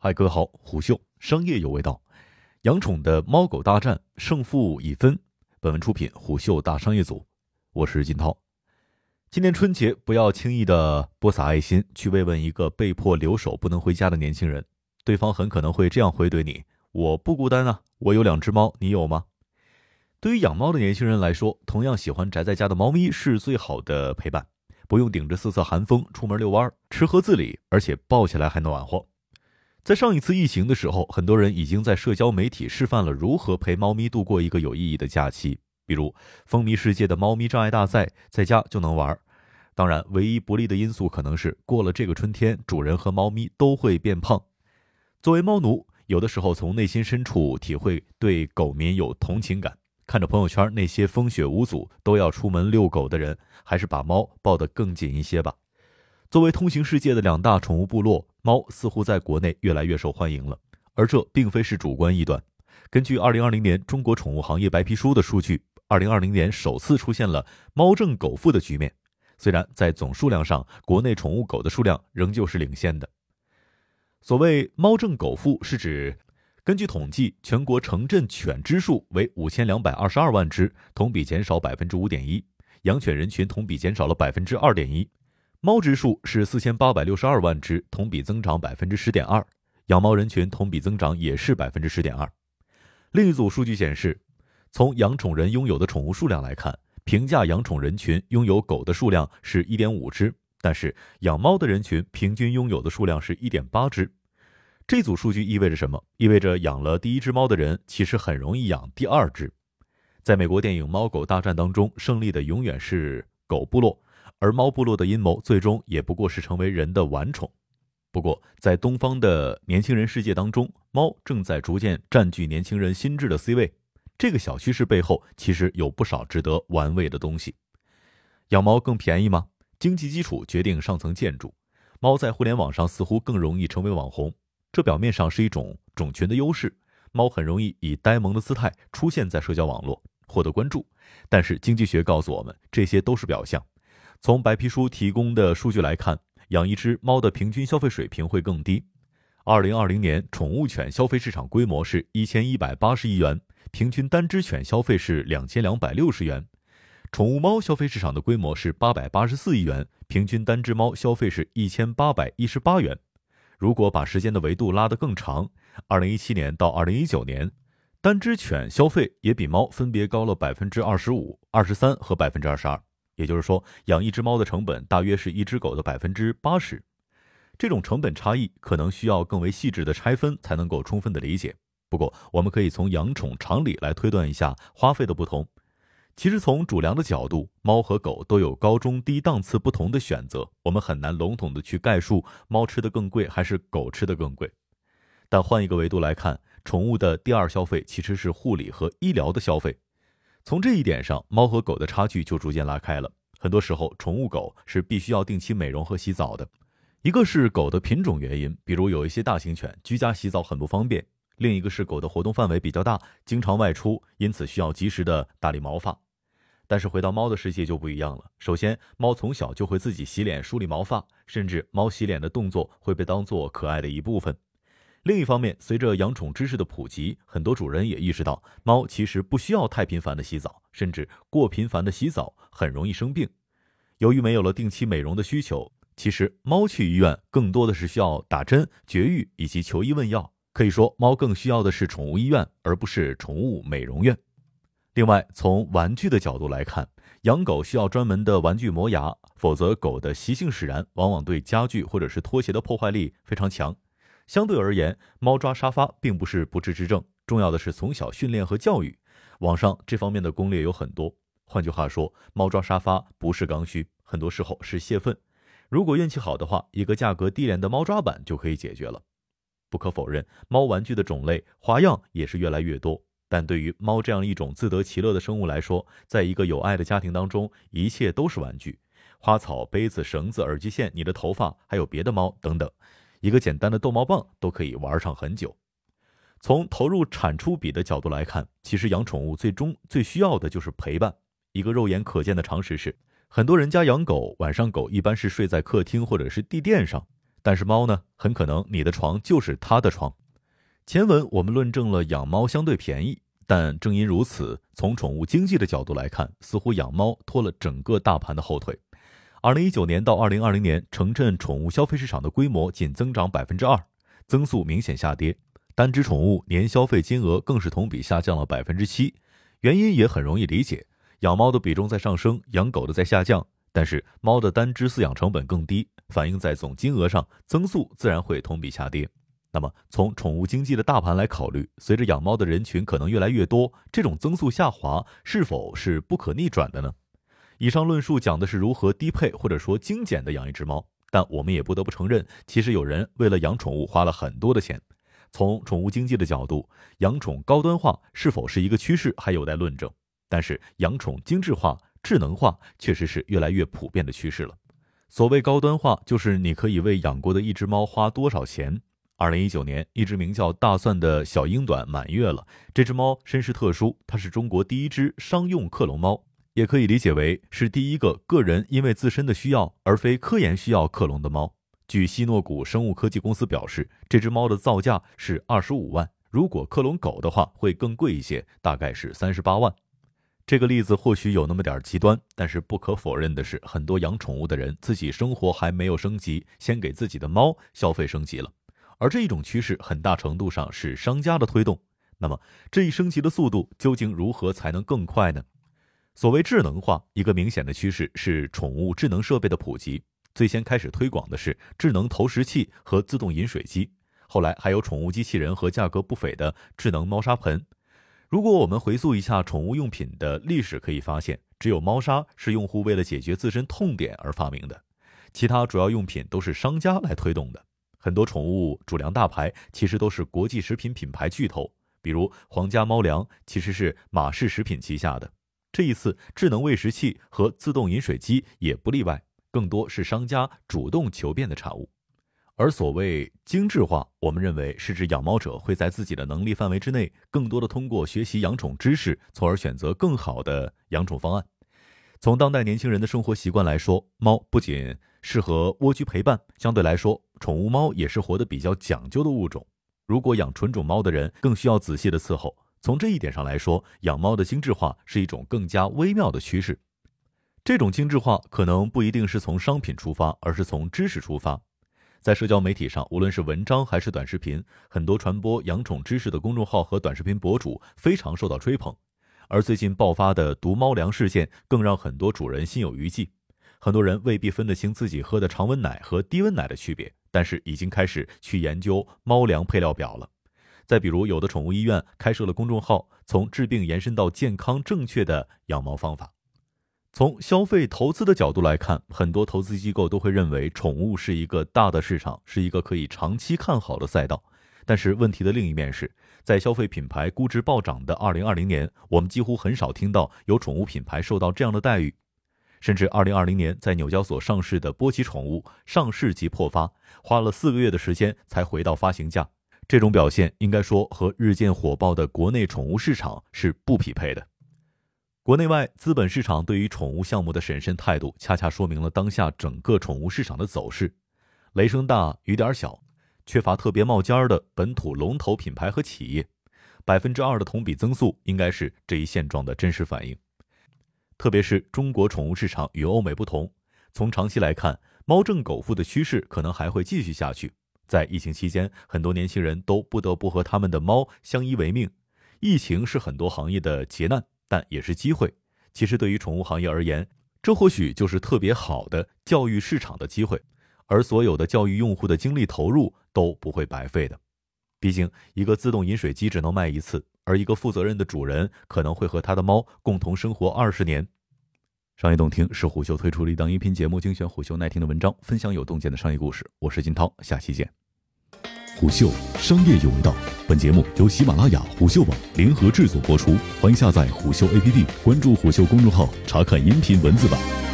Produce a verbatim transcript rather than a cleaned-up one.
嗨，各位好，虎嗅商业有味道，养宠的猫狗大战胜负已分。本文出品虎嗅大商业组，我是金涛。今年春节不要轻易的播撒爱心，去慰问一个被迫留守不能回家的年轻人，对方很可能会这样回怼你：我不孤单啊，我有两只猫，你有吗？对于养猫的年轻人来说，同样喜欢宅在家的猫咪是最好的陪伴，不用顶着瑟瑟寒风出门遛弯，吃喝自理，而且抱起来还暖和。在上一次疫情的时候，很多人已经在社交媒体示范了如何陪猫咪度过一个有意义的假期，比如风靡世界的猫咪障碍大赛，在家就能玩。当然，唯一不利的因素可能是过了这个春天，主人和猫咪都会变胖。作为猫奴，有的时候从内心深处体会对狗民有同情感，看着朋友圈那些风雪无阻都要出门遛狗的人，还是把猫抱得更紧一些吧。作为通行世界的两大宠物部落，猫似乎在国内越来越受欢迎了，而这并非是主观臆断。根据二零二零年中国宠物行业白皮书的数据，二零二零年首次出现了猫正狗负的局面。虽然在总数量上，国内宠物狗的数量仍旧是领先的。所谓猫正狗负，是指根据统计，全国城镇犬只数为五千两百二十二万只，同比减少 百分之五点一， 养犬人群同比减少了 百分之二点一。猫只数是四千八百六十二万只，同比增长 百分之十点二， 养猫人群同比增长也是 百分之十点二。 另一组数据显示，从养宠人拥有的宠物数量来看，平价养宠人群拥有狗的数量是 一点五只，但是养猫的人群平均拥有的数量是 一点八只。这组数据意味着什么？意味着养了第一只猫的人其实很容易养第二只。在美国电影《猫狗大战》当中，胜利的永远是狗部落，而猫部落的阴谋最终也不过是成为人的玩宠。不过在东方的年轻人世界当中，猫正在逐渐占据年轻人心智的 C 位。这个小趋势背后其实有不少值得玩味的东西。养猫更便宜吗？经济基础决定上层建筑。猫在互联网上似乎更容易成为网红，这表面上是一种种群的优势，猫很容易以呆萌的姿态出现在社交网络，获得关注。但是经济学告诉我们，这些都是表象。从白皮书提供的数据来看，养一只猫的平均消费水平会更低。二零二零年宠物犬消费市场规模是一千一百八十亿元，平均单只犬消费是两千两百六十元。宠物猫消费市场的规模是八百八十四亿元，平均单只猫消费是一千八百一十八元。如果把时间的维度拉得更长，二零一七年到二零一九年，单只犬消费也比猫分别高了 百分之二十五、二十三 和 百分之二十二。也就是说，养一只猫的成本大约是一只狗的 百分之八十。 这种成本差异可能需要更为细致的拆分才能够充分的理解。不过我们可以从养宠常理来推断一下花费的不同。其实从主粮的角度，猫和狗都有高中低档次不同的选择，我们很难笼统的去概述猫吃的更贵还是狗吃的更贵。但换一个维度来看，宠物的第二消费其实是护理和医疗的消费。从这一点上，猫和狗的差距就逐渐拉开了。很多时候，宠物狗是必须要定期美容和洗澡的。一个是狗的品种原因，比如有一些大型犬居家洗澡很不方便；另一个是狗的活动范围比较大，经常外出，因此需要及时的打理毛发。但是回到猫的世界就不一样了。首先，猫从小就会自己洗脸梳理毛发，甚至猫洗脸的动作会被当作可爱的一部分。另一方面，随着养宠知识的普及，很多主人也意识到，猫其实不需要太频繁的洗澡，甚至过频繁的洗澡很容易生病。由于没有了定期美容的需求，其实猫去医院更多的是需要打针、绝育以及求医问药。可以说，猫更需要的是宠物医院，而不是宠物美容院。另外，从玩具的角度来看，养狗需要专门的玩具磨牙，否则狗的习性使然，往往对家具或者是拖鞋的破坏力非常强。相对而言，猫抓沙发并不是不治之症，重要的是从小训练和教育。网上这方面的攻略有很多。换句话说，猫抓沙发不是刚需，很多时候是泄愤。如果运气好的话，一个价格低廉的猫抓板就可以解决了。不可否认，猫玩具的种类花样也是越来越多，但对于猫这样一种自得其乐的生物来说，在一个有爱的家庭当中，一切都是玩具。花草、杯子、绳子、耳机线、你的头发，还有别的猫等等，一个简单的逗猫棒都可以玩上很久。从投入产出比的角度来看，其实养宠物最终最需要的就是陪伴。一个肉眼可见的常识是，很多人家养狗，晚上狗一般是睡在客厅或者是地垫上， 但是猫呢，很可能你的床就是它的床。前文我们论证了养猫相对便宜，但正因如此，从宠物经济的角度来看，似乎养猫拖了整个大盘的后腿。二零一九年到二零二零年，城镇宠物消费市场的规模仅增长百分之二，增速明显下跌。单只宠物年消费金额更是同比下降了百分之七，原因也很容易理解，养猫的比重在上升，养狗的在下降，但是猫的单只饲养成本更低，反映在总金额上，增速自然会同比下跌。那么从宠物经济的大盘来考虑，随着养猫的人群可能越来越多，这种增速下滑是否是不可逆转的呢？以上论述讲的是如何低配或者说精简的养一只猫，但我们也不得不承认，其实有人为了养宠物花了很多的钱。从宠物经济的角度，养宠高端化是否是一个趋势还有待论证，但是养宠精致化、智能化确实是越来越普遍的趋势了。所谓高端化，就是你可以为养过的一只猫花多少钱。二零一九年，一只名叫大蒜的小英短满月了。这只猫身世特殊，它是中国第一只商用克隆猫，也可以理解为是第一个个人因为自身的需要而非科研需要克隆的猫。据希诺谷生物科技公司表示，这只猫的造价是二十五万，如果克隆狗的话会更贵一些，大概是三十八万。这个例子或许有那么点极端，但是不可否认的是，很多养宠物的人自己生活还没有升级，先给自己的猫消费升级了。而这一种趋势很大程度上是商家的推动，那么这一升级的速度究竟如何才能更快呢？所谓智能化，一个明显的趋势是宠物智能设备的普及，最先开始推广的是智能投食器和自动饮水机，后来还有宠物机器人和价格不菲的智能猫砂盆。如果我们回溯一下宠物用品的历史，可以发现只有猫砂是用户为了解决自身痛点而发明的，其他主要用品都是商家来推动的。很多宠物主粮大牌其实都是国际食品品牌巨头，比如皇家猫粮其实是马氏食品旗下的。这一次智能喂食器和自动饮水机也不例外，更多是商家主动求变的产物。而所谓精致化，我们认为是指养猫者会在自己的能力范围之内，更多的通过学习养宠知识，从而选择更好的养宠方案。从当代年轻人的生活习惯来说，猫不仅适合蜗居陪伴，相对来说，宠物猫也是活得比较讲究的物种。如果养纯种猫的人更需要仔细的伺候，从这一点上来说，养猫的精致化是一种更加微妙的趋势。这种精致化可能不一定是从商品出发，而是从知识出发。在社交媒体上，无论是文章还是短视频，很多传播养宠知识的公众号和短视频博主非常受到吹捧。而最近爆发的毒猫粮事件更让很多主人心有余悸。很多人未必分得清自己喝的常温奶和低温奶的区别，但是已经开始去研究猫粮配料表了。再比如，有的宠物医院开设了公众号，从治病延伸到健康正确的养猫方法。从消费投资的角度来看，很多投资机构都会认为宠物是一个大的市场，是一个可以长期看好的赛道。但是问题的另一面是，在消费品牌估值暴涨的二零二零年，我们几乎很少听到有宠物品牌受到这样的待遇。甚至二零二零年在纽交所上市的波奇宠物上市即破发，花了四个月的时间才回到发行价。这种表现应该说和日渐火爆的国内宠物市场是不匹配的。国内外资本市场对于宠物项目的审慎态度，恰恰说明了当下整个宠物市场的走势。雷声大雨点小，缺乏特别冒尖的本土龙头品牌和企业，百分之二的同比增速应该是这一现状的真实反映。特别是中国宠物市场与欧美不同，从长期来看，猫挣狗富的趋势可能还会继续下去。在疫情期间，很多年轻人都不得不和他们的猫相依为命。疫情是很多行业的劫难，但也是机会。其实对于宠物行业而言，这或许就是特别好的教育市场的机会，而所有的教育用户的精力投入都不会白费的。毕竟一个自动饮水机只能卖一次，而一个负责任的主人可能会和他的猫共同生活二十年。商业洞听是虎嗅推出的一档音频节目，精选虎嗅耐听的文章，分享有洞见的商业故事。我是金涛，下期见。虎嗅商业有味道，本节目由喜马拉雅、虎嗅网联合制作播出。欢迎下载虎嗅 A P P， 关注虎嗅公众号，查看音频文字版。